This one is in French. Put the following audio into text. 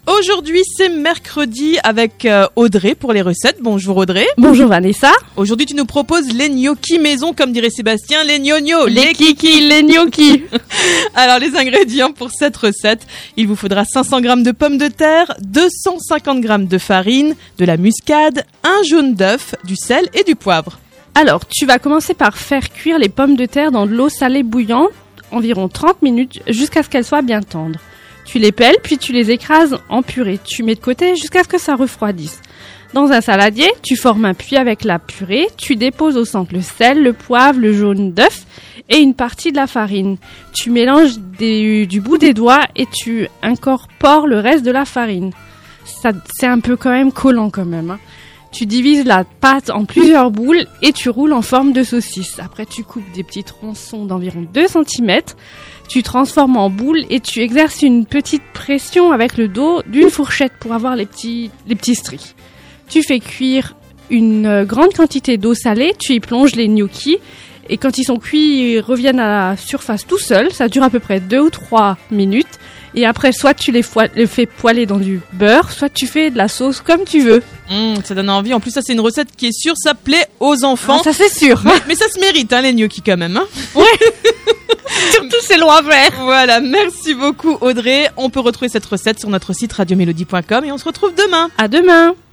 Aujourd'hui, c'est mercredi avec Audrey pour les recettes. Bonjour Audrey. Bonjour Vanessa. Aujourd'hui, tu nous proposes les gnocchis maison, comme dirait Sébastien, les gnognos, les kikis, les gnocchis. Alors, les ingrédients pour cette recette, il vous faudra 500 g de pommes de terre, 250 g de farine, de la muscade, un jaune d'œuf, du sel et du poivre. Alors, tu vas commencer par faire cuire les pommes de terre dans de l'eau salée bouillante, environ 30 minutes, jusqu'à ce qu'elles soient bien tendres. Tu les pelles, puis tu les écrases en purée. Tu mets de côté jusqu'à ce que ça refroidisse. Dans un saladier, tu formes un puits avec la purée. Tu déposes au centre le sel, le poivre, le jaune d'œuf et une partie de la farine. Tu mélanges du bout des doigts et tu incorpores le reste de la farine. C'est un peu quand même collant quand même, hein. Tu divises la pâte en plusieurs boules et tu roules en forme de saucisse. Après, tu coupes des petits tronçons d'environ 2 cm. Tu transformes en boules et tu exerces une petite pression avec le dos d'une fourchette pour avoir les petits stries. Tu fais cuire une grande quantité d'eau salée. Tu y plonges les gnocchis. Et quand ils sont cuits, ils reviennent à la surface tout seuls. Ça dure à peu près 2 ou 3 minutes. Et après, soit tu les fais poêler dans du beurre, soit tu fais de la sauce comme tu veux. Ça donne envie. En plus, ça, c'est une recette qui est sûre, ça plaît aux enfants. Ah, ça, c'est sûr. Mais ça se mérite, hein, les gnocchis quand même. Hein. Ouais. Surtout, c'est long à faire. Voilà, merci beaucoup Audrey. On peut retrouver cette recette sur notre site radiomélodie.com et on se retrouve demain. À demain.